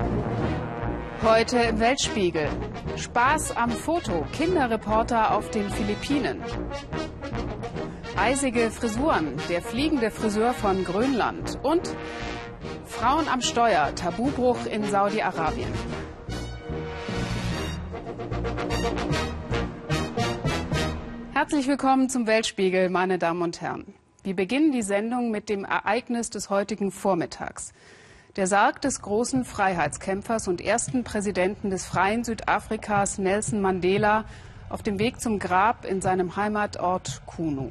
Heute im Weltspiegel. Spaß am Foto, Kinderreporter auf den Philippinen. Eisige Frisuren, der fliegende Friseur von Grönland. Und Frauen am Steuer, Tabubruch in Saudi-Arabien. Herzlich willkommen zum Weltspiegel, meine Damen und Herren. Wir beginnen die Sendung mit dem Ereignis des heutigen Vormittags. Der Sarg des großen Freiheitskämpfers und ersten Präsidenten des freien Südafrikas, Nelson Mandela, auf dem Weg zum Grab in seinem Heimatort Kunu.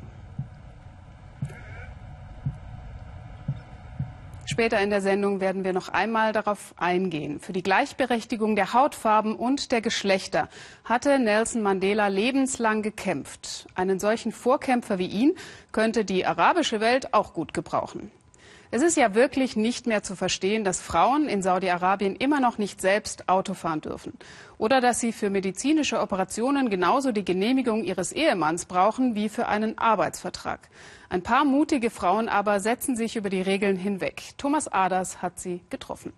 Später in der Sendung werden wir noch einmal darauf eingehen. Für die Gleichberechtigung der Hautfarben und der Geschlechter hatte Nelson Mandela lebenslang gekämpft. Einen solchen Vorkämpfer wie ihn könnte die arabische Welt auch gut gebrauchen. Es ist ja wirklich nicht mehr zu verstehen, dass Frauen in Saudi-Arabien immer noch nicht selbst Auto fahren dürfen. Oder dass sie für medizinische Operationen genauso die Genehmigung ihres Ehemanns brauchen wie für einen Arbeitsvertrag. Ein paar mutige Frauen aber setzen sich über die Regeln hinweg. Thomas Aders hat sie getroffen.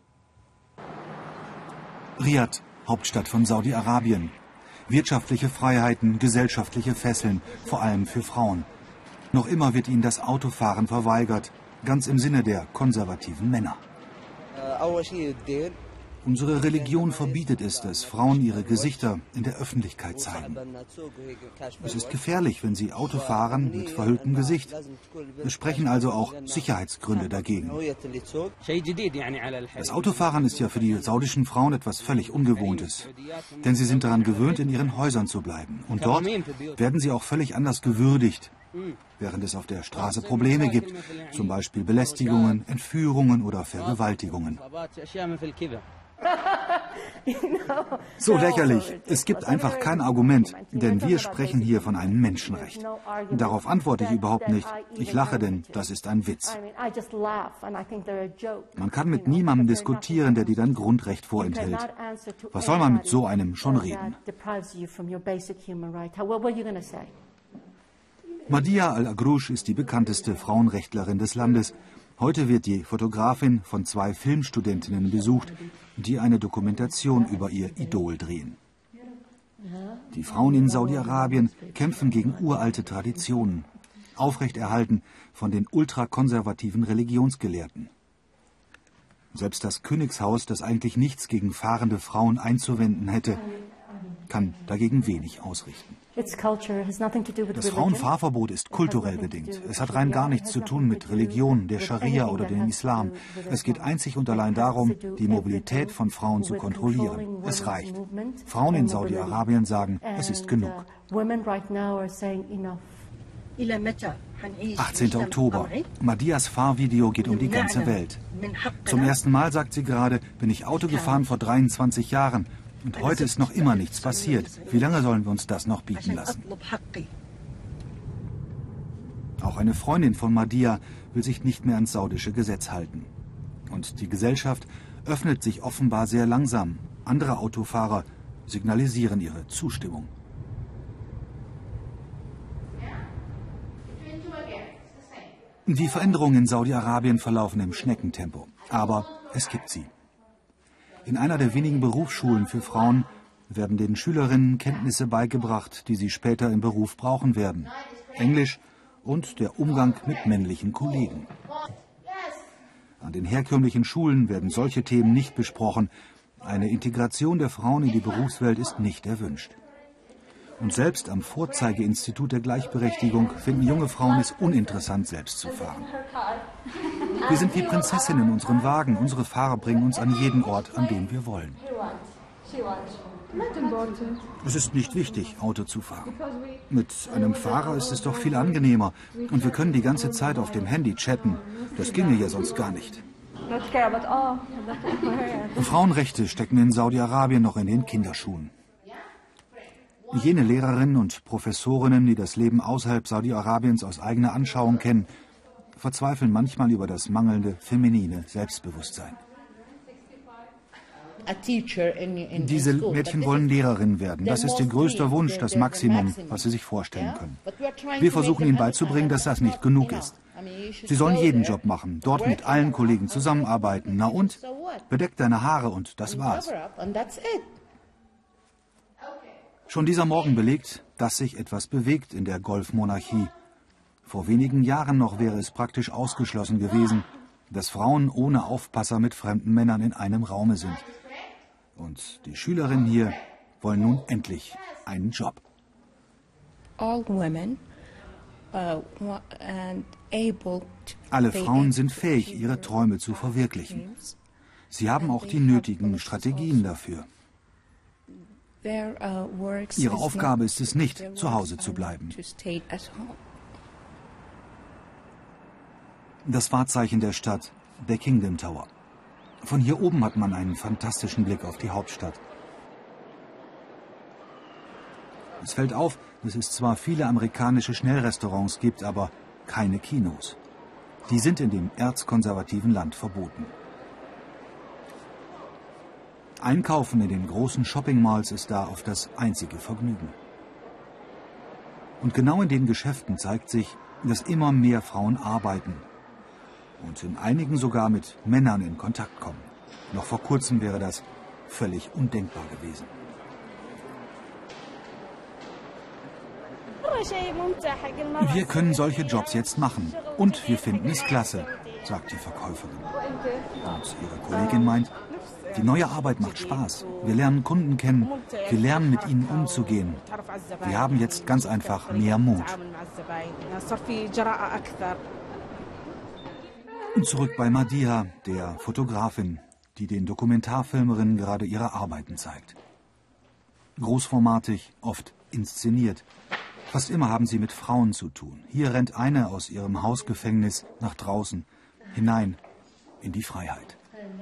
Riad, Hauptstadt von Saudi-Arabien. Wirtschaftliche Freiheiten, gesellschaftliche Fesseln, vor allem für Frauen. Noch immer wird ihnen das Autofahren verweigert. Ganz im Sinne der konservativen Männer. Unsere Religion verbietet es, dass Frauen ihre Gesichter in der Öffentlichkeit zeigen. Es ist gefährlich, wenn sie Auto fahren mit verhülltem Gesicht. Es sprechen also auch Sicherheitsgründe dagegen. Das Autofahren ist ja für die saudischen Frauen etwas völlig Ungewohntes. Denn sie sind daran gewöhnt, in ihren Häusern zu bleiben. Und dort werden sie auch völlig anders gewürdigt. Während es auf der Straße Probleme gibt, zum Beispiel Belästigungen, Entführungen oder Vergewaltigungen. So lächerlich. Es gibt einfach kein Argument, denn wir sprechen hier von einem Menschenrecht. Darauf antworte ich überhaupt nicht. Ich lache, denn das ist ein Witz. Man kann mit niemandem diskutieren, der dir dein Grundrecht vorenthält. Was soll man mit so einem schon reden? Madia Al-Agrouche ist die bekannteste Frauenrechtlerin des Landes. Heute wird die Fotografin von 2 Filmstudentinnen besucht, die eine Dokumentation über ihr Idol drehen. Die Frauen in Saudi-Arabien kämpfen gegen uralte Traditionen, aufrechterhalten von den ultrakonservativen Religionsgelehrten. Selbst das Königshaus, das eigentlich nichts gegen fahrende Frauen einzuwenden hätte, kann dagegen wenig ausrichten. Das Frauenfahrverbot ist kulturell bedingt. Es hat rein gar nichts zu tun mit Religion, der Scharia oder dem Islam. Es geht einzig und allein darum, die Mobilität von Frauen zu kontrollieren. Es reicht. Frauen in Saudi-Arabien sagen, es ist genug. 18. Oktober. Madias Fahrvideo geht um die ganze Welt. Zum ersten Mal, sagt sie gerade, bin ich Auto gefahren vor 23 Jahren. Und heute ist noch immer nichts passiert. Wie lange sollen wir uns das noch bieten lassen? Auch eine Freundin von Madia will sich nicht mehr ans saudische Gesetz halten. Und die Gesellschaft öffnet sich offenbar sehr langsam. Andere Autofahrer signalisieren ihre Zustimmung. Die Veränderungen in Saudi-Arabien verlaufen im Schneckentempo. Aber es gibt sie. In einer der wenigen Berufsschulen für Frauen werden den Schülerinnen Kenntnisse beigebracht, die sie später im Beruf brauchen werden. Englisch und der Umgang mit männlichen Kollegen. An den herkömmlichen Schulen werden solche Themen nicht besprochen. Eine Integration der Frauen in die Berufswelt ist nicht erwünscht. Und selbst am Vorzeigeinstitut der Gleichberechtigung finden junge Frauen es uninteressant, selbst zu fahren. Wir sind wie Prinzessinnen in unserem Wagen. Unsere Fahrer bringen uns an jeden Ort, an dem wir wollen. Es ist nicht wichtig, Auto zu fahren. Mit einem Fahrer ist es doch viel angenehmer. Und wir können die ganze Zeit auf dem Handy chatten. Das ginge ja sonst gar nicht. Frauenrechte stecken in Saudi-Arabien noch in den Kinderschuhen. Jene Lehrerinnen und Professorinnen, die das Leben außerhalb Saudi-Arabiens aus eigener Anschauung kennen, verzweifeln manchmal über das mangelnde feminine Selbstbewusstsein. Diese Mädchen wollen Lehrerinnen werden. Das ist ihr größter Wunsch, das Maximum, was sie sich vorstellen können. Wir versuchen ihnen beizubringen, dass das nicht genug ist. Sie sollen jeden Job machen, dort mit allen Kollegen zusammenarbeiten. Na und? Bedeck deine Haare und das war's. Schon dieser Morgen belegt, dass sich etwas bewegt in der Golfmonarchie. Vor wenigen Jahren noch wäre es praktisch ausgeschlossen gewesen, dass Frauen ohne Aufpasser mit fremden Männern in einem Raume sind. Und die Schülerinnen hier wollen nun endlich einen Job. Alle Frauen sind fähig, ihre Träume zu verwirklichen. Sie haben auch die nötigen Strategien dafür. Ihre Aufgabe ist es nicht, zu Hause zu bleiben. Das Wahrzeichen der Stadt, der Kingdom Tower. Von hier oben hat man einen fantastischen Blick auf die Hauptstadt. Es fällt auf, dass es zwar viele amerikanische Schnellrestaurants gibt, aber keine Kinos. Die sind in dem erzkonservativen Land verboten. Einkaufen in den großen Shopping-Malls ist da oft das einzige Vergnügen. Und genau in den Geschäften zeigt sich, dass immer mehr Frauen arbeiten. Und in einigen sogar mit Männern in Kontakt kommen. Noch vor kurzem wäre das völlig undenkbar gewesen. Wir können solche Jobs jetzt machen. Und wir finden es klasse, sagt die Verkäuferin. Und ihre Kollegin meint, die neue Arbeit macht Spaß. Wir lernen Kunden kennen. Wir lernen, mit ihnen umzugehen. Wir haben jetzt ganz einfach mehr Mut. Und zurück bei Madiha, der Fotografin, die den Dokumentarfilmerinnen gerade ihre Arbeiten zeigt. Großformatig, oft inszeniert. Fast immer haben sie mit Frauen zu tun. Hier rennt eine aus ihrem Hausgefängnis nach draußen, hinein in die Freiheit.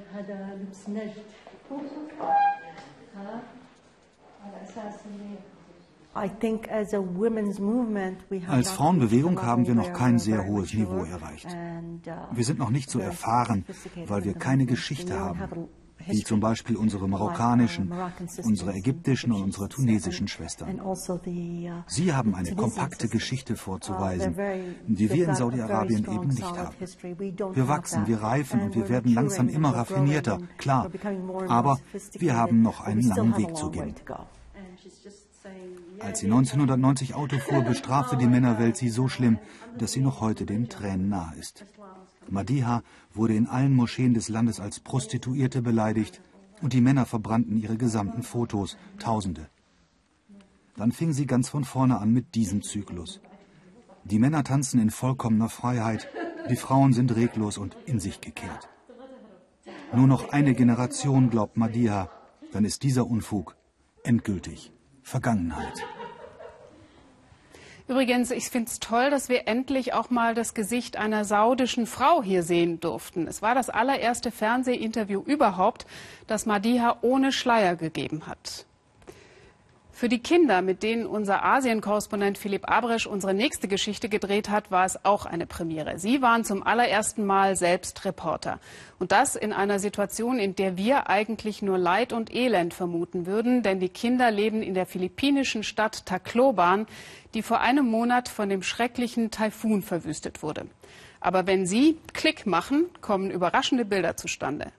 Als Frauenbewegung haben wir noch kein sehr hohes Niveau erreicht. Wir sind noch nicht so erfahren, weil wir keine Geschichte haben, wie zum Beispiel unsere marokkanischen, unsere ägyptischen und unsere tunesischen Schwestern. Sie haben eine kompakte Geschichte vorzuweisen, die wir in Saudi-Arabien eben nicht haben. Wir wachsen, wir reifen und wir werden langsam immer raffinierter, klar, aber wir haben noch einen langen Weg zu gehen. Als sie 1990 Auto fuhr, bestrafte die Männerwelt sie so schlimm, dass sie noch heute den Tränen nahe ist. Madiha wurde in allen Moscheen des Landes als Prostituierte beleidigt und die Männer verbrannten ihre gesamten Fotos, Tausende. Dann fing sie ganz von vorne an mit diesem Zyklus. Die Männer tanzen in vollkommener Freiheit, die Frauen sind reglos und in sich gekehrt. Nur noch eine Generation, glaubt Madiha, dann ist dieser Unfug endgültig Vergangenheit. Übrigens, ich finde es toll, dass wir endlich auch mal das Gesicht einer saudischen Frau hier sehen durften. Es war das allererste Fernsehinterview überhaupt, das Madiha ohne Schleier gegeben hat. Für die Kinder, mit denen unser Asien-Korrespondent Philipp Abresch unsere nächste Geschichte gedreht hat, war es auch eine Premiere. Sie waren zum allerersten Mal selbst Reporter. Und das in einer Situation, in der wir eigentlich nur Leid und Elend vermuten würden. Denn die Kinder leben in der philippinischen Stadt Tacloban, die vor einem Monat von dem schrecklichen Taifun verwüstet wurde. Aber wenn sie Klick machen, kommen überraschende Bilder zustande.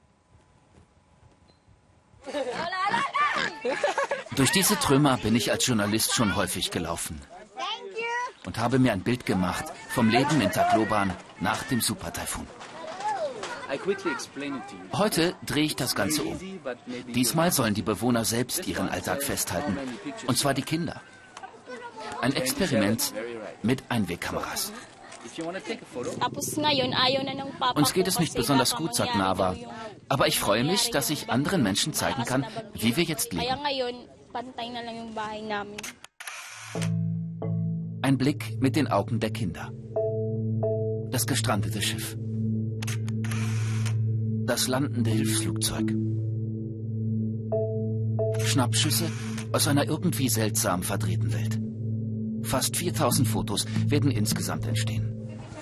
Durch diese Trümmer bin ich als Journalist schon häufig gelaufen und habe mir ein Bild gemacht vom Leben in Tacloban nach dem Super-Taifun. Heute drehe ich das Ganze um. Diesmal sollen die Bewohner selbst ihren Alltag festhalten, und zwar die Kinder. Ein Experiment mit Einwegkameras. Uns geht es nicht besonders gut, sagt Nava. Aber ich freue mich, dass ich anderen Menschen zeigen kann, wie wir jetzt leben. Ein Blick mit den Augen der Kinder. Das gestrandete Schiff. Das landende Hilfsflugzeug. Schnappschüsse aus einer irgendwie seltsam verdrehten Welt. Fast 4000 Fotos werden insgesamt entstehen.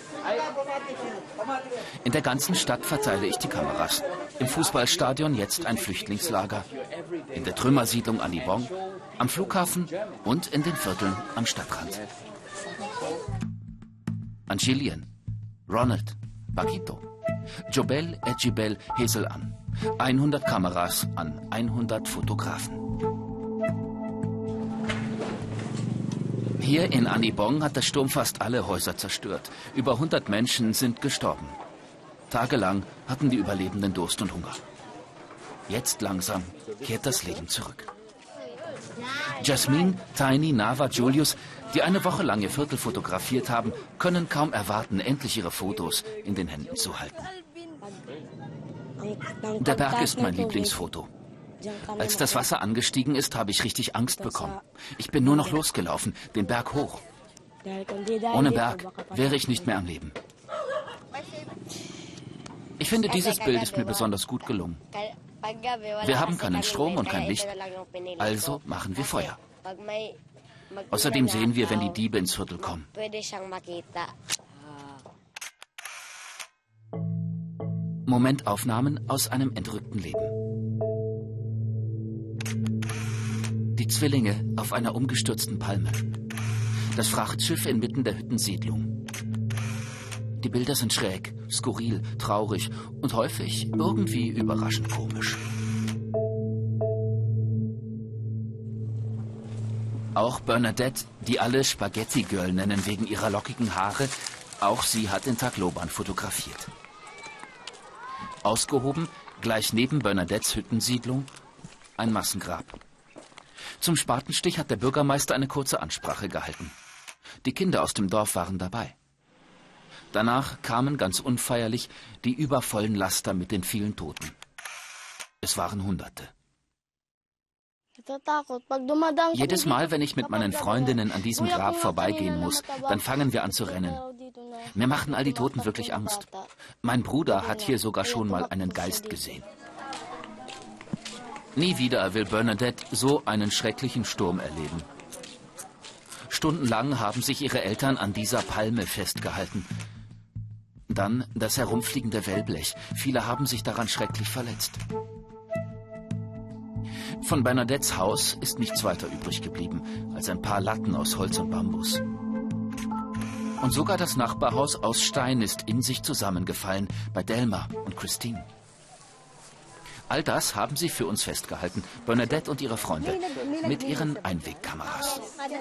In der ganzen Stadt verteile ich die Kameras. Im Fußballstadion jetzt ein Flüchtlingslager. In der Trümmersiedlung Anibong, am Flughafen und in den Vierteln am Stadtrand. Angelien, Ronald, Paquito, Jobel, Ejibel, Heselan. 100 Kameras an 100 Fotografen. Hier in Anibong hat der Sturm fast alle Häuser zerstört. Über 100 Menschen sind gestorben. Tagelang hatten die Überlebenden Durst und Hunger. Jetzt langsam kehrt das Leben zurück. Jasmin, Tiny, Nava, Julius, die eine Woche lang ihr Viertel fotografiert haben, können kaum erwarten, endlich ihre Fotos in den Händen zu halten. Der Berg ist mein Lieblingsfoto. Als das Wasser angestiegen ist, habe ich richtig Angst bekommen. Ich bin nur noch losgelaufen, den Berg hoch. Ohne Berg wäre ich nicht mehr am Leben. Ich finde, dieses Bild ist mir besonders gut gelungen. Wir haben keinen Strom und kein Licht, also machen wir Feuer. Außerdem sehen wir, wenn die Diebe ins Viertel kommen. Momentaufnahmen aus einem entrückten Leben. Die Zwillinge auf einer umgestürzten Palme. Das Frachtschiff inmitten der Hüttensiedlung. Die Bilder sind schräg, skurril, traurig und häufig irgendwie überraschend komisch. Auch Bernadette, die alle Spaghetti Girl nennen wegen ihrer lockigen Haare, auch sie hat in Tacloban fotografiert. Ausgehoben, gleich neben Bernadettes Hüttensiedlung, ein Massengrab. Zum Spatenstich hat der Bürgermeister eine kurze Ansprache gehalten. Die Kinder aus dem Dorf waren dabei. Danach kamen ganz unfeierlich die übervollen Laster mit den vielen Toten. Es waren Hunderte. Jedes Mal, wenn ich mit meinen Freundinnen an diesem Grab vorbeigehen muss, dann fangen wir an zu rennen. Mir machen all die Toten wirklich Angst. Mein Bruder hat hier sogar schon mal einen Geist gesehen. Nie wieder will Bernadette so einen schrecklichen Sturm erleben. Stundenlang haben sich ihre Eltern an dieser Palme festgehalten. Dann das herumfliegende Wellblech. Viele haben sich daran schrecklich verletzt. Von Bernadettes Haus ist nichts weiter übrig geblieben als ein paar Latten aus Holz und Bambus. Und sogar das Nachbarhaus aus Stein ist in sich zusammengefallen bei Delma und Christine. All das haben sie für uns festgehalten, Bernadette und ihre Freunde, mit ihren Einwegkameras.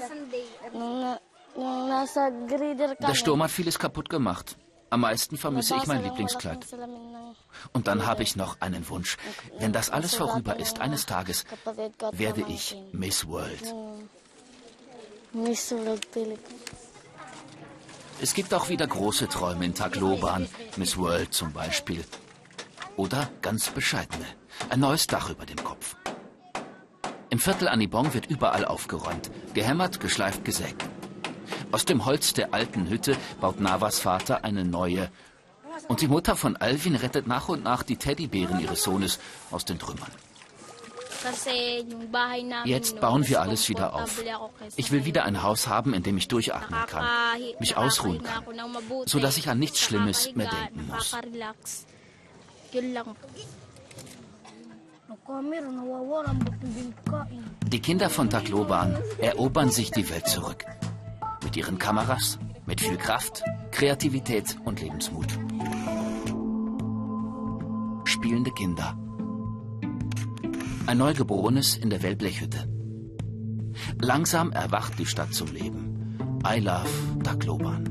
Der Sturm hat vieles kaputt gemacht. Am meisten vermisse ich mein Lieblingskleid. Und dann habe ich noch einen Wunsch. Wenn das alles vorüber ist, eines Tages werde ich Miss World. Es gibt auch wieder große Träume in Tacloban, Miss World zum Beispiel. Oder ganz bescheidene, ein neues Dach über dem Kopf. Im Viertel Anibong wird überall aufgeräumt, gehämmert, geschleift, gesägt. Aus dem Holz der alten Hütte baut Navas Vater eine neue. Und die Mutter von Alvin rettet nach und nach die Teddybären ihres Sohnes aus den Trümmern. Jetzt bauen wir alles wieder auf. Ich will wieder ein Haus haben, in dem ich durchatmen kann, mich ausruhen kann, sodass ich an nichts Schlimmes mehr denken muss. Die Kinder von Tacloban erobern sich die Welt zurück. Mit ihren Kameras, mit viel Kraft, Kreativität und Lebensmut. Spielende Kinder. Ein Neugeborenes in der Wellblechhütte. Langsam erwacht die Stadt zum Leben. I love Tacloban.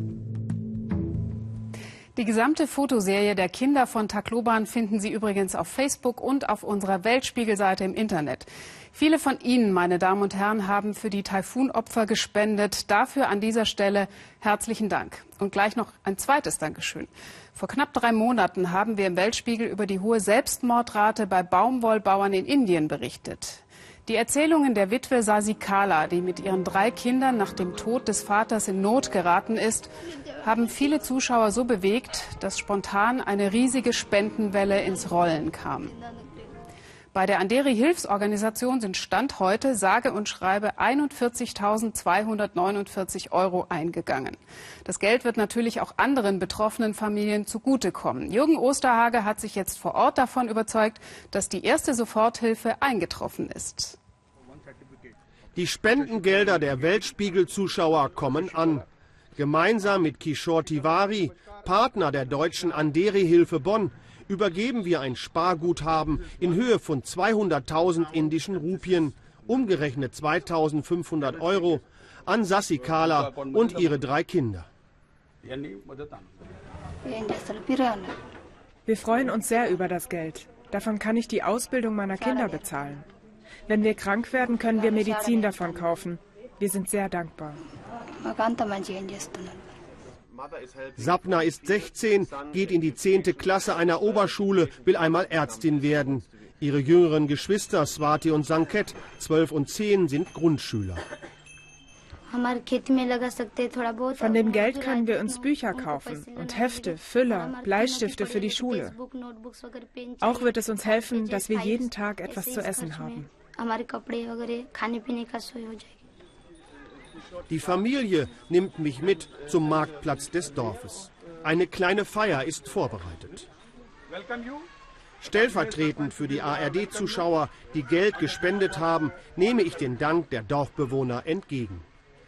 Die gesamte Fotoserie der Kinder von Tacloban finden Sie übrigens auf Facebook und auf unserer Weltspiegel-Seite im Internet. Viele von Ihnen, meine Damen und Herren, haben für die Taifunopfer gespendet. Dafür an dieser Stelle herzlichen Dank. Und gleich noch ein zweites Dankeschön. Vor knapp 3 Monaten haben wir im Weltspiegel über die hohe Selbstmordrate bei Baumwollbauern in Indien berichtet. Die Erzählungen der Witwe Sasikala, die mit ihren 3 Kindern nach dem Tod des Vaters in Not geraten ist, haben viele Zuschauer so bewegt, dass spontan eine riesige Spendenwelle ins Rollen kam. Bei der Anderi-Hilfsorganisation sind Stand heute sage und schreibe 41.249 € eingegangen. Das Geld wird natürlich auch anderen betroffenen Familien zugutekommen. Jürgen Osterhage hat sich jetzt vor Ort davon überzeugt, dass die erste Soforthilfe eingetroffen ist. Die Spendengelder der Weltspiegel-Zuschauer kommen an. Gemeinsam mit Kishore Tiwari Partner der deutschen Anderi-Hilfe Bonn übergeben wir ein Sparguthaben in Höhe von 200.000 indischen Rupien, umgerechnet 2.500 € an Sasikala und ihre 3 Kinder. Wir freuen uns sehr über das Geld. Davon kann ich die Ausbildung meiner Kinder bezahlen. Wenn wir krank werden, können wir Medizin davon kaufen. Wir sind sehr dankbar. Sapna ist 16, geht in die 10. Klasse einer Oberschule, will einmal Ärztin werden. Ihre jüngeren Geschwister Swati und Sanket, 12 und 10, sind Grundschüler. Von dem Geld können wir uns Bücher kaufen und Hefte, Füller, Bleistifte für die Schule. Auch wird es uns helfen, dass wir jeden Tag etwas zu essen haben. Die Familie nimmt mich mit zum Marktplatz des Dorfes. Eine kleine Feier ist vorbereitet. Stellvertretend für die ARD-Zuschauer, die Geld gespendet haben, nehme ich den Dank der Dorfbewohner entgegen.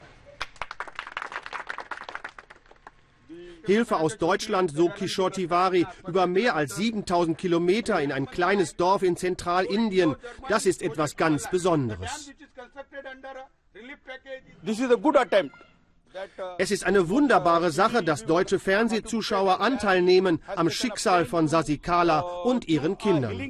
Hilfe aus Deutschland, so Kishore Tiwari, über mehr als 7000 Kilometer in ein kleines Dorf in Zentralindien. Das ist etwas ganz Besonderes. Es ist eine wunderbare Sache, dass deutsche Fernsehzuschauer Anteil nehmen am Schicksal von Sasikala und ihren Kindern.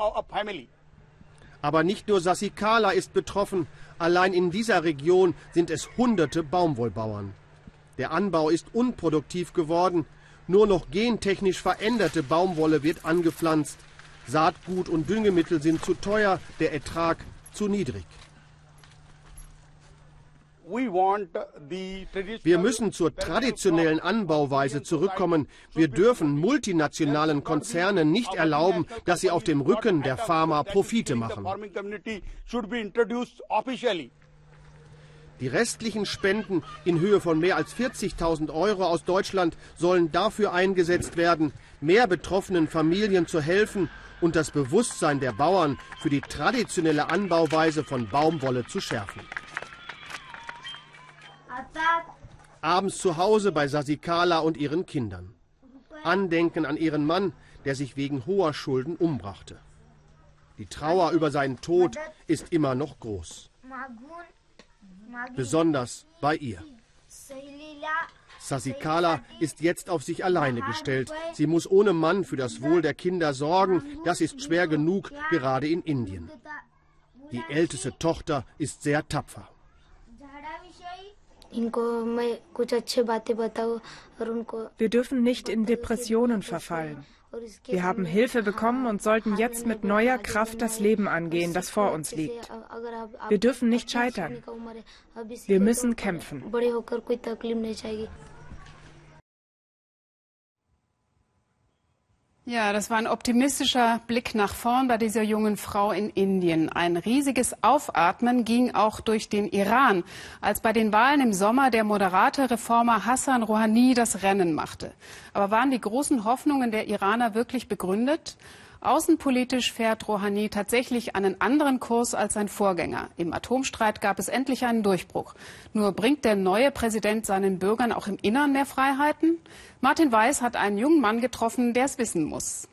Aber nicht nur Sasikala ist betroffen. Allein in dieser Region sind es hunderte Baumwollbauern. Der Anbau ist unproduktiv geworden. Nur noch gentechnisch veränderte Baumwolle wird angepflanzt. Saatgut und Düngemittel sind zu teuer, der Ertrag zu niedrig. Wir müssen zur traditionellen Anbauweise zurückkommen. Wir dürfen multinationalen Konzernen nicht erlauben, dass sie auf dem Rücken der Farmer Profite machen. Die restlichen Spenden in Höhe von mehr als 40.000 € aus Deutschland sollen dafür eingesetzt werden, mehr betroffenen Familien zu helfen und das Bewusstsein der Bauern für die traditionelle Anbauweise von Baumwolle zu schärfen. Abends zu Hause bei Sasikala und ihren Kindern. Andenken an ihren Mann, der sich wegen hoher Schulden umbrachte. Die Trauer über seinen Tod ist immer noch groß. Besonders bei ihr. Sasikala ist jetzt auf sich alleine gestellt. Sie muss ohne Mann für das Wohl der Kinder sorgen. Das ist schwer genug, gerade in Indien. Die älteste Tochter ist sehr tapfer. Wir dürfen nicht in Depressionen verfallen. Wir haben Hilfe bekommen und sollten jetzt mit neuer Kraft das Leben angehen, das vor uns liegt. Wir dürfen nicht scheitern. Wir müssen kämpfen. Ja, das war ein optimistischer Blick nach vorn bei dieser jungen Frau in Indien. Ein riesiges Aufatmen ging auch durch den Iran, als bei den Wahlen im Sommer der moderate Reformer Hassan Rouhani das Rennen machte. Aber waren die großen Hoffnungen der Iraner wirklich begründet? Außenpolitisch fährt Rouhani tatsächlich einen anderen Kurs als sein Vorgänger. Im Atomstreit gab es endlich einen Durchbruch. Nur bringt der neue Präsident seinen Bürgern auch im Innern mehr Freiheiten? Martin Weiß hat einen jungen Mann getroffen, der es wissen muss.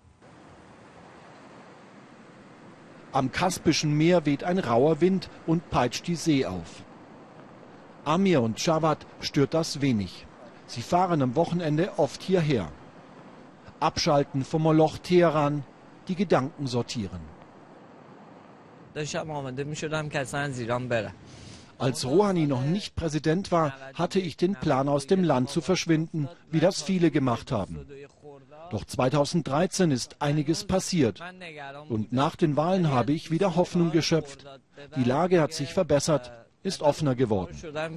Am Kaspischen Meer weht ein rauer Wind und peitscht die See auf. Amir und Javad stört das wenig. Sie fahren am Wochenende oft hierher. Abschalten vom Moloch Teheran, die Gedanken sortieren. Als Rouhani noch nicht Präsident war, hatte ich den Plan, aus dem Land zu verschwinden, wie das viele gemacht haben. Doch 2013 ist einiges passiert. Und nach den Wahlen habe ich wieder Hoffnung geschöpft. Die Lage hat sich verbessert, ist offener geworden.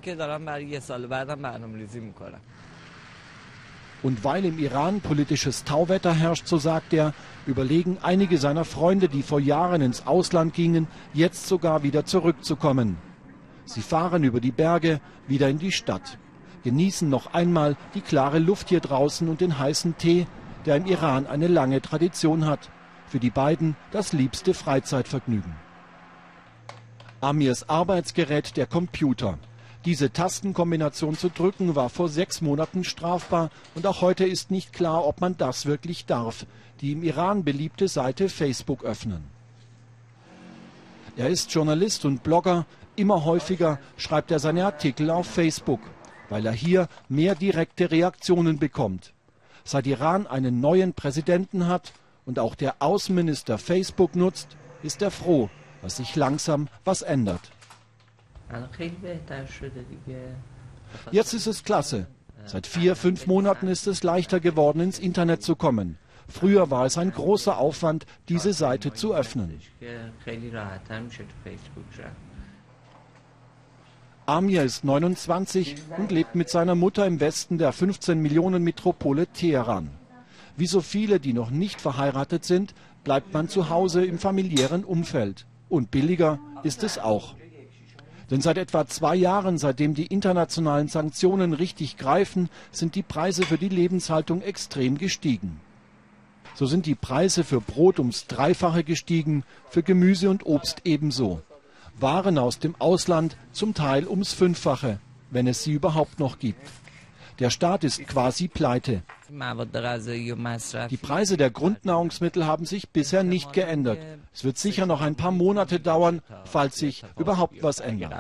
Und weil im Iran politisches Tauwetter herrscht, so sagt er, überlegen einige seiner Freunde, die vor Jahren ins Ausland gingen, jetzt sogar wieder zurückzukommen. Sie fahren über die Berge wieder in die Stadt, genießen noch einmal die klare Luft hier draußen und den heißen Tee, der im Iran eine lange Tradition hat. Für die beiden das liebste Freizeitvergnügen. Amirs Arbeitsgerät der Computer. Diese Tastenkombination zu drücken war vor 6 Monaten strafbar und auch heute ist nicht klar, ob man das wirklich darf. Die im Iran beliebte Seite Facebook öffnen. Er ist Journalist und Blogger. Immer häufiger schreibt er seine Artikel auf Facebook, weil er hier mehr direkte Reaktionen bekommt. Seit Iran einen neuen Präsidenten hat und auch der Außenminister Facebook nutzt, ist er froh, dass sich langsam was ändert. Jetzt ist es klasse. Seit 4, 5 Monaten ist es leichter geworden, ins Internet zu kommen. Früher war es ein großer Aufwand, diese Seite zu öffnen. Amir ist 29 und lebt mit seiner Mutter im Westen der 15-Millionen-Metropole Teheran. Wie so viele, die noch nicht verheiratet sind, bleibt man zu Hause im familiären Umfeld. Und billiger ist es auch. Denn seit etwa 2 Jahren, seitdem die internationalen Sanktionen richtig greifen, sind die Preise für die Lebenshaltung extrem gestiegen. So sind die Preise für Brot ums 3-fache gestiegen, für Gemüse und Obst ebenso. Waren aus dem Ausland zum Teil ums 5-fache, wenn es sie überhaupt noch gibt. Der Staat ist quasi pleite. Die Preise der Grundnahrungsmittel haben sich bisher nicht geändert. Es wird sicher noch ein paar Monate dauern, falls sich überhaupt was ändert.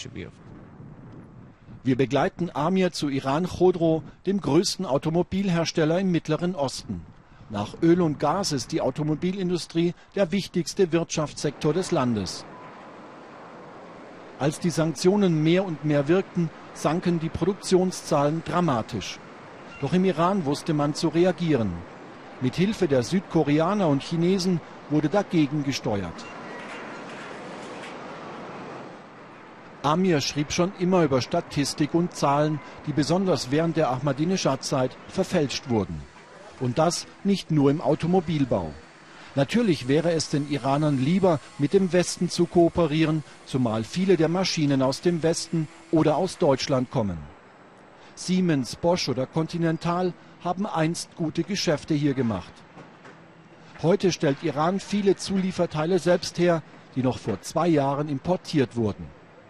Wir begleiten Amir zu Iran Khodro, dem größten Automobilhersteller im Mittleren Osten. Nach Öl und Gas ist die Automobilindustrie der wichtigste Wirtschaftssektor des Landes. Als die Sanktionen mehr und mehr wirkten, sanken die Produktionszahlen dramatisch. Doch im Iran wusste man zu reagieren. Mit Hilfe der Südkoreaner und Chinesen wurde dagegen gesteuert. Amir schrieb schon immer über Statistik und Zahlen, die besonders während der Ahmadinejad-Zeit verfälscht wurden. Und das nicht nur im Automobilbau. Natürlich wäre es den Iranern lieber, mit dem Westen zu kooperieren, zumal viele der Maschinen aus dem Westen oder aus Deutschland kommen. Siemens, Bosch oder Continental haben einst gute Geschäfte hier gemacht. Heute stellt Iran viele Zulieferteile selbst her, die noch vor 2 Jahren importiert wurden.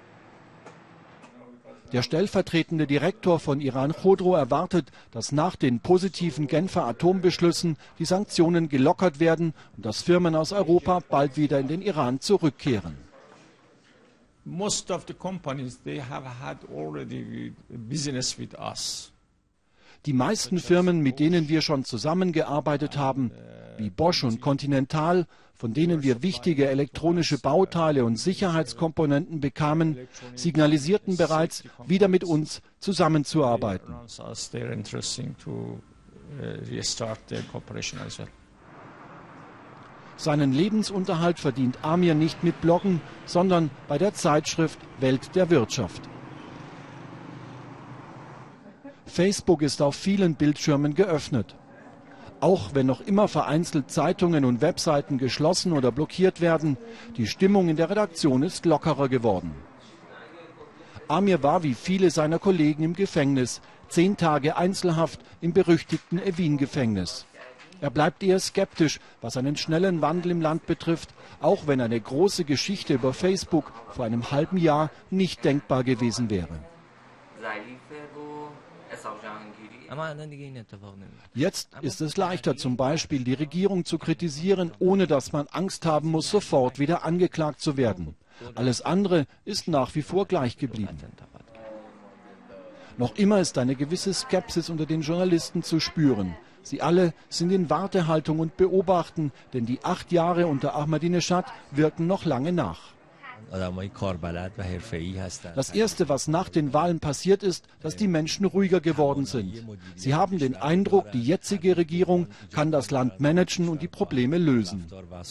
Der stellvertretende Direktor von Iran Khodro erwartet, dass nach den positiven Genfer Atombeschlüssen die Sanktionen gelockert werden und dass Firmen aus Europa bald wieder in den Iran zurückkehren. Most of the companies, they have had already business with us. Die meisten Firmen, mit denen wir schon zusammengearbeitet haben, wie Bosch und Continental, von denen wir wichtige elektronische Bauteile und Sicherheitskomponenten bekamen, signalisierten bereits, wieder mit uns zusammenzuarbeiten. Seinen Lebensunterhalt verdient Amir nicht mit Bloggen, sondern bei der Zeitschrift Welt der Wirtschaft. Facebook ist auf vielen Bildschirmen geöffnet. Auch wenn noch immer vereinzelt Zeitungen und Webseiten geschlossen oder blockiert werden, die Stimmung in der Redaktion ist lockerer geworden. Amir war wie viele seiner Kollegen im Gefängnis, 10 Tage Einzelhaft im berüchtigten Evin-Gefängnis. Er bleibt eher skeptisch, was einen schnellen Wandel im Land betrifft, auch wenn eine große Geschichte über Facebook vor einem halben Jahr nicht denkbar gewesen wäre. Jetzt ist es leichter, zum Beispiel die Regierung zu kritisieren, ohne dass man Angst haben muss, sofort wieder angeklagt zu werden. Alles andere ist nach wie vor gleich geblieben. Noch immer ist eine gewisse Skepsis unter den Journalisten zu spüren. Sie alle sind in Wartehaltung und beobachten, denn die 8 Jahre unter Ahmadinejad wirken noch lange nach. Das Erste, was nach den Wahlen passiert ist, dass die Menschen ruhiger geworden sind. Sie haben den Eindruck, die jetzige Regierung kann das Land managen und die Probleme lösen.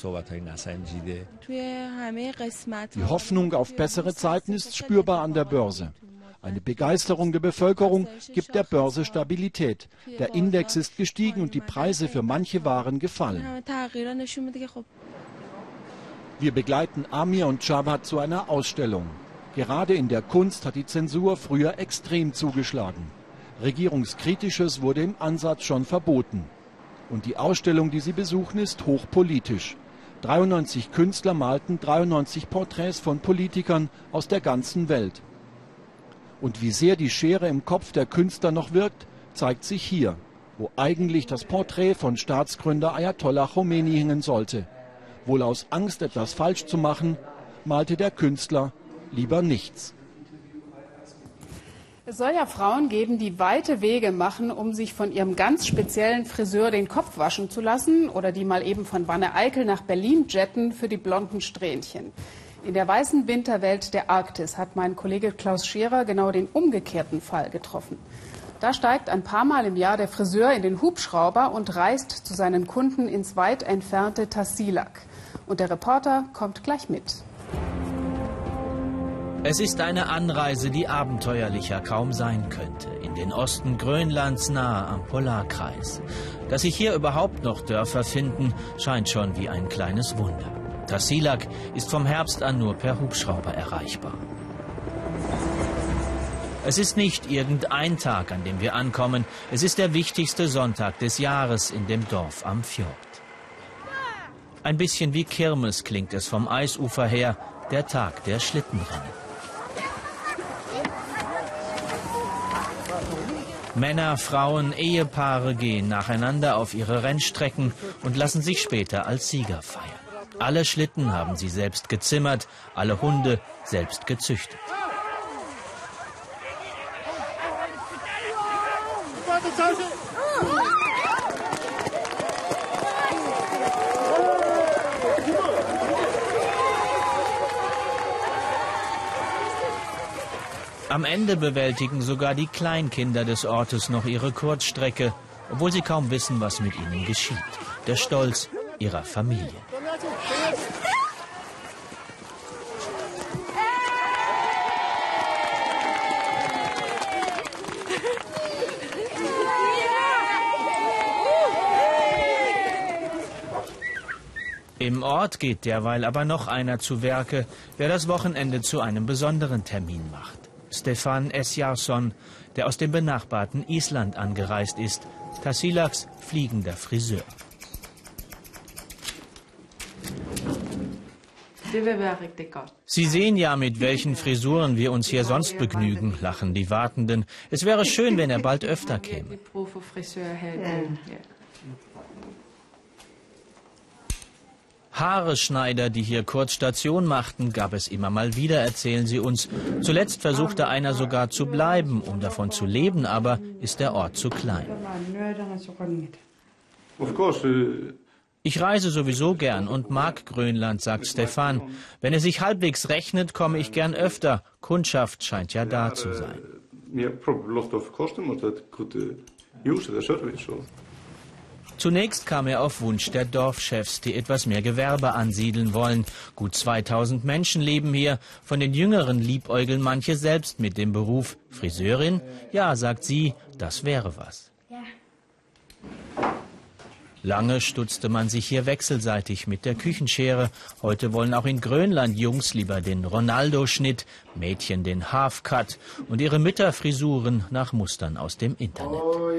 Die Hoffnung auf bessere Zeiten ist spürbar an der Börse. Eine Begeisterung der Bevölkerung gibt der Börse Stabilität. Der Index ist gestiegen und die Preise für manche Waren gefallen. Wir begleiten Amir und Javad zu einer Ausstellung. Gerade in der Kunst hat die Zensur früher extrem zugeschlagen. Regierungskritisches wurde im Ansatz schon verboten. Und die Ausstellung, die sie besuchen, ist hochpolitisch. 93 Künstler malten 93 Porträts von Politikern aus der ganzen Welt. Und wie sehr die Schere im Kopf der Künstler noch wirkt, zeigt sich hier, wo eigentlich das Porträt von Staatsgründer Ayatollah Khomeini hängen sollte. Wohl aus Angst, etwas falsch zu machen, malte der Künstler lieber nichts. Es soll ja Frauen geben, die weite Wege machen, um sich von ihrem ganz speziellen Friseur den Kopf waschen zu lassen oder die mal eben von Wanne-Eickel nach Berlin jetten für die blonden Strähnchen. In der weißen Winterwelt der Arktis hat mein Kollege Klaus Scherer genau den umgekehrten Fall getroffen. Da steigt ein paar Mal im Jahr der Friseur in den Hubschrauber und reist zu seinen Kunden ins weit entfernte Tasiilaq. Und der Reporter kommt gleich mit. Es ist eine Anreise, die abenteuerlicher kaum sein könnte. In den Osten Grönlands nahe am Polarkreis. Dass sich hier überhaupt noch Dörfer finden, scheint schon wie ein kleines Wunder. Tasiilaq ist vom Herbst an nur per Hubschrauber erreichbar. Es ist nicht irgendein Tag, an dem wir ankommen. Es ist der wichtigste Sonntag des Jahres in dem Dorf am Fjord. Ein bisschen wie Kirmes klingt es vom Eisufer her, der Tag der Schlittenrennen. Männer, Frauen, Ehepaare gehen nacheinander auf ihre Rennstrecken und lassen sich später als Sieger feiern. Alle Schlitten haben sie selbst gezimmert, alle Hunde selbst gezüchtet. Am Ende bewältigen sogar die Kleinkinder des Ortes noch ihre Kurzstrecke, obwohl sie kaum wissen, was mit ihnen geschieht. Der Stolz ihrer Familie. Im Ort geht derweil aber noch einer zu Werke, der das Wochenende zu einem besonderen Termin macht. Stefan Esjarsson, der aus dem benachbarten Island angereist ist, Tasiilaqs fliegender Friseur. Sie sehen ja, mit welchen Frisuren wir uns hier sonst begnügen, lachen die Wartenden. Es wäre schön, wenn er bald öfter käme. Haareschneider, die hier kurz Station machten, gab es immer mal wieder, erzählen sie uns. Zuletzt versuchte einer sogar zu bleiben, um davon zu leben, aber ist der Ort zu klein. Ich reise sowieso gern und mag Grönland, sagt Stefan. Wenn es sich halbwegs rechnet, komme ich gern öfter. Kundschaft scheint ja da zu sein. Zunächst kam er auf Wunsch der Dorfchefs, die etwas mehr Gewerbe ansiedeln wollen. Gut 2000 Menschen leben hier. Von den Jüngeren liebäugeln manche selbst mit dem Beruf. Friseurin? Ja, sagt sie, das wäre was. Lange stutzte man sich hier wechselseitig mit der Küchenschere. Heute wollen auch in Grönland Jungs lieber den Ronaldo-Schnitt, Mädchen den Half-Cut und ihre Mütter Frisuren nach Mustern aus dem Internet.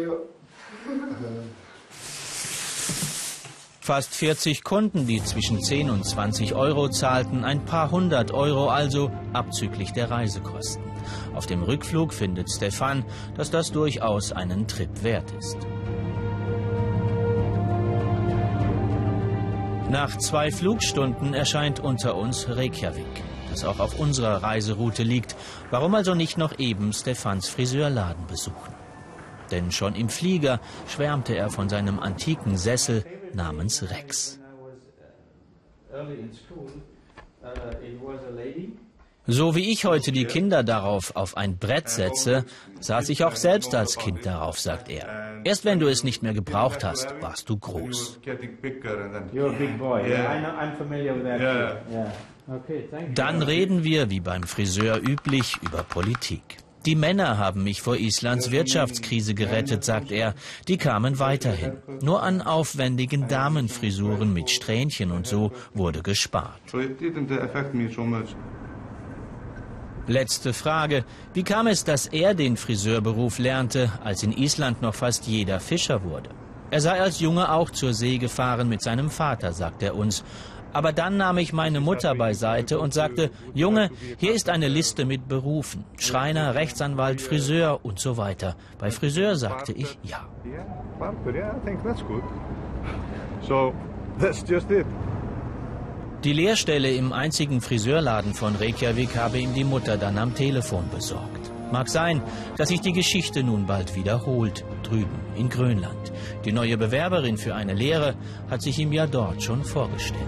Fast 40 Kunden, die zwischen 10 und 20 Euro zahlten, ein paar 100 Euro also, abzüglich der Reisekosten. Auf dem Rückflug findet Stefan, dass das durchaus einen Trip wert ist. Nach 2 Flugstunden erscheint unter uns Reykjavik, das auch auf unserer Reiseroute liegt. Warum also nicht noch eben Stefans Friseurladen besuchen? Denn schon im Flieger schwärmte er von seinem antiken Sessel namens Rex. So wie ich heute die Kinder darauf auf ein Brett setze, saß ich auch selbst als Kind darauf, sagt er. Erst wenn du es nicht mehr gebraucht hast, warst du groß. Dann reden wir, wie beim Friseur üblich, über Politik. Die Männer haben mich vor Islands Wirtschaftskrise gerettet, sagt er. Die kamen weiterhin. Nur an aufwendigen Damenfrisuren mit Strähnchen und so wurde gespart. Letzte Frage. Wie kam es, dass er den Friseurberuf lernte, als in Island noch fast jeder Fischer wurde? Er sei als Junge auch zur See gefahren mit seinem Vater, sagt er uns. Aber dann nahm ich meine Mutter beiseite und sagte, Junge, hier ist eine Liste mit Berufen. Schreiner, Rechtsanwalt, Friseur und so weiter. Bei Friseur sagte ich ja. Die Lehrstelle im einzigen Friseurladen von Reykjavik habe ihm die Mutter dann am Telefon besorgt. Mag sein, dass sich die Geschichte nun bald wiederholt, drüben in Grönland. Die neue Bewerberin für eine Lehre hat sich ihm ja dort schon vorgestellt.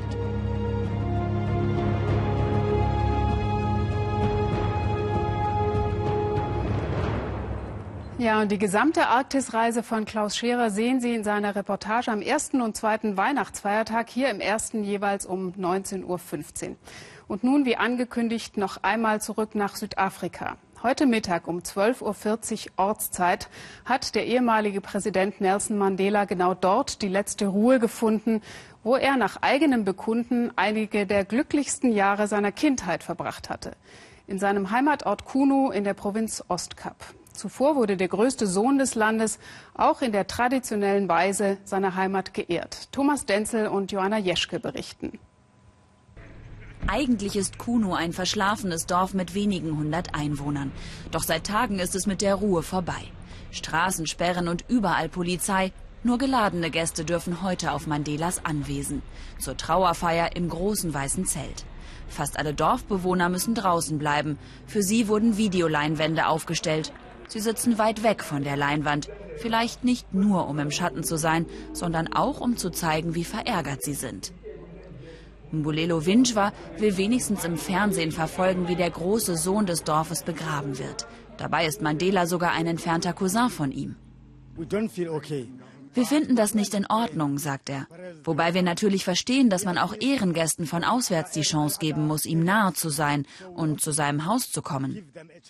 Ja, und die gesamte Arktisreise von Klaus Scherer sehen Sie in seiner Reportage am ersten und zweiten Weihnachtsfeiertag, hier im ersten jeweils um 19:15 Uhr. Und nun, wie angekündigt, noch einmal zurück nach Südafrika. Heute Mittag um 12:40 Uhr Ortszeit hat der ehemalige Präsident Nelson Mandela genau dort die letzte Ruhe gefunden, wo er nach eigenem Bekunden einige der glücklichsten Jahre seiner Kindheit verbracht hatte. In seinem Heimatort Kuno in der Provinz Ostkap. Zuvor wurde der größte Sohn des Landes auch in der traditionellen Weise seiner Heimat geehrt. Thomas Denzel und Joanna Jeschke berichten. Eigentlich ist Kuno ein verschlafenes Dorf mit wenigen 100 Einwohnern. Doch seit Tagen ist es mit der Ruhe vorbei. Straßensperren und überall Polizei. Nur geladene Gäste dürfen heute auf Mandelas Anwesen. Zur Trauerfeier im großen weißen Zelt. Fast alle Dorfbewohner müssen draußen bleiben. Für sie wurden Videoleinwände aufgestellt. Sie sitzen weit weg von der Leinwand. Vielleicht nicht nur, um im Schatten zu sein, sondern auch, um zu zeigen, wie verärgert sie sind. Mbulelo Winjwa will wenigstens im Fernsehen verfolgen, wie der große Sohn des Dorfes begraben wird. Dabei ist Mandela sogar ein entfernter Cousin von ihm. Wir finden das nicht in Ordnung, sagt er. Wobei wir natürlich verstehen, dass man auch Ehrengästen von auswärts die Chance geben muss, ihm nahe zu sein und zu seinem Haus zu kommen.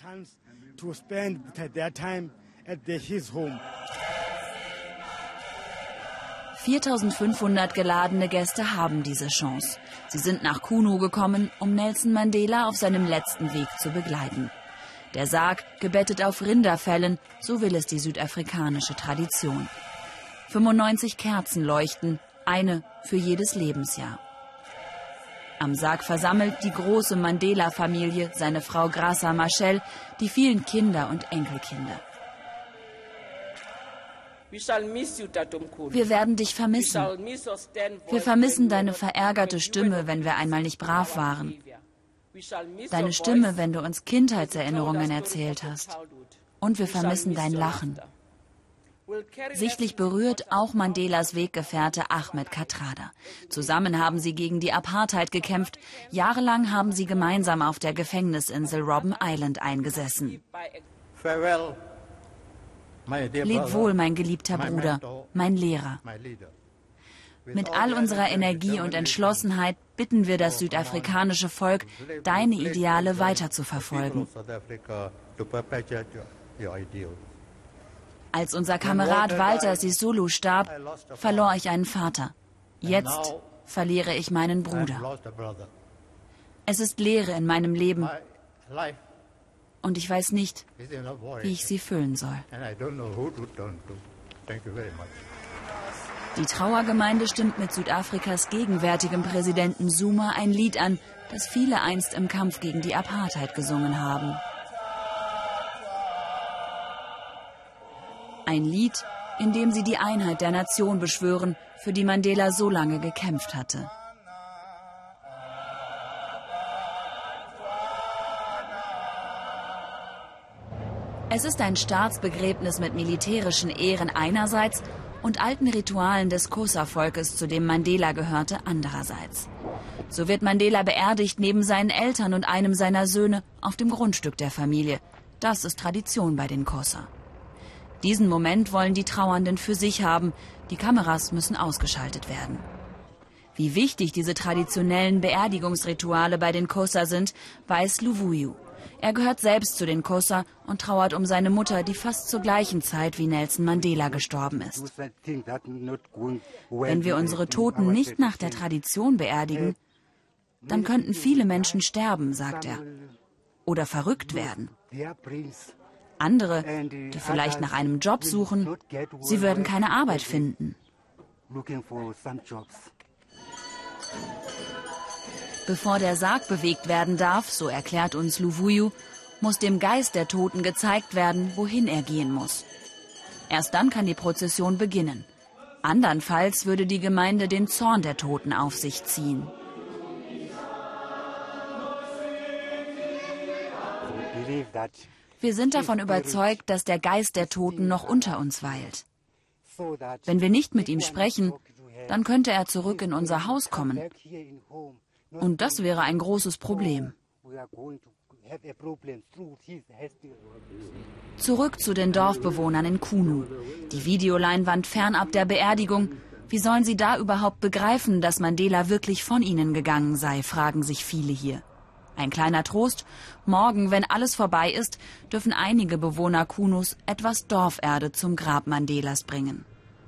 4.500 geladene Gäste haben diese Chance. Sie sind nach Kuno gekommen, um Nelson Mandela auf seinem letzten Weg zu begleiten. Der Sarg gebettet auf Rinderfellen, so will es die südafrikanische Tradition. 95 Kerzen leuchten, eine für jedes Lebensjahr. Am Sarg versammelt die große Mandela-Familie, seine Frau Graça Machel, die vielen Kinder und Enkelkinder. Wir werden dich vermissen. Wir vermissen deine verärgerte Stimme, wenn wir einmal nicht brav waren. Deine Stimme, wenn du uns Kindheitserinnerungen erzählt hast. Und wir vermissen dein Lachen. Sichtlich berührt auch Mandelas Weggefährte Ahmed Kathrada. Zusammen haben sie gegen die Apartheid gekämpft. Jahrelang haben sie gemeinsam auf der Gefängnisinsel Robben Island eingesessen. Leb wohl, mein geliebter Bruder, mein Lehrer. Mit all unserer Energie und Entschlossenheit bitten wir das südafrikanische Volk, deine Ideale weiterzuverfolgen. Als unser Kamerad Walter Sisulu starb, verlor ich einen Vater. Jetzt verliere ich meinen Bruder. Es ist Leere in meinem Leben und ich weiß nicht, wie ich sie füllen soll. Die Trauergemeinde stimmt mit Südafrikas gegenwärtigem Präsidenten Zuma ein Lied an, das viele einst im Kampf gegen die Apartheid gesungen haben. Ein Lied, in dem sie die Einheit der Nation beschwören, für die Mandela so lange gekämpft hatte. Es ist ein Staatsbegräbnis mit militärischen Ehren einerseits und alten Ritualen des Xhosa-Volkes, zu dem Mandela gehörte, andererseits. So wird Mandela beerdigt neben seinen Eltern und einem seiner Söhne auf dem Grundstück der Familie. Das ist Tradition bei den Xhosa. Diesen Moment wollen die Trauernden für sich haben. Die Kameras müssen ausgeschaltet werden. Wie wichtig diese traditionellen Beerdigungsrituale bei den Xhosa sind, weiß Luvuyo. Er gehört selbst zu den Xhosa und trauert um seine Mutter, die fast zur gleichen Zeit wie Nelson Mandela gestorben ist. Wenn wir unsere Toten nicht nach der Tradition beerdigen, dann könnten viele Menschen sterben, sagt er. Oder verrückt werden. Andere, die vielleicht nach einem Job suchen, sie würden keine Arbeit finden. Bevor der Sarg bewegt werden darf, so erklärt uns Luvuyo, muss dem Geist der Toten gezeigt werden, wohin er gehen muss. Erst dann kann die Prozession beginnen. Andernfalls würde die Gemeinde den Zorn der Toten auf sich ziehen. Wir sind davon überzeugt, dass der Geist der Toten noch unter uns weilt. Wenn wir nicht mit ihm sprechen, dann könnte er zurück in unser Haus kommen. Und das wäre ein großes Problem. Zurück zu den Dorfbewohnern in Kunu. Die Videoleinwand fernab der Beerdigung. Wie sollen sie da überhaupt begreifen, dass Mandela wirklich von ihnen gegangen sei, fragen sich viele hier. Ein kleiner Trost: Morgen, wenn alles vorbei ist, dürfen einige Bewohner Kunus etwas Dorferde zum Grab Mandelas bringen.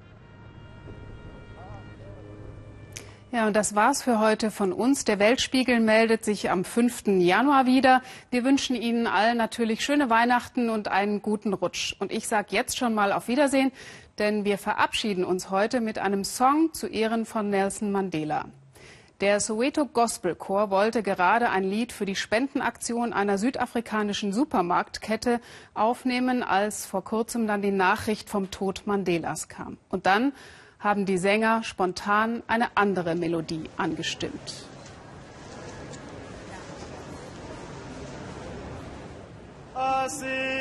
Ja, und das war's für heute von uns. Der Weltspiegel meldet sich am 5. Januar wieder. Wir wünschen Ihnen allen natürlich schöne Weihnachten und einen guten Rutsch. Und ich sage jetzt schon mal auf Wiedersehen, denn wir verabschieden uns heute mit einem Song zu Ehren von Nelson Mandela. Der Soweto Gospel Chor wollte gerade ein Lied für die Spendenaktion einer südafrikanischen Supermarktkette aufnehmen, als vor kurzem dann die Nachricht vom Tod Mandelas kam. Und dann haben die Sänger spontan eine andere Melodie angestimmt. I see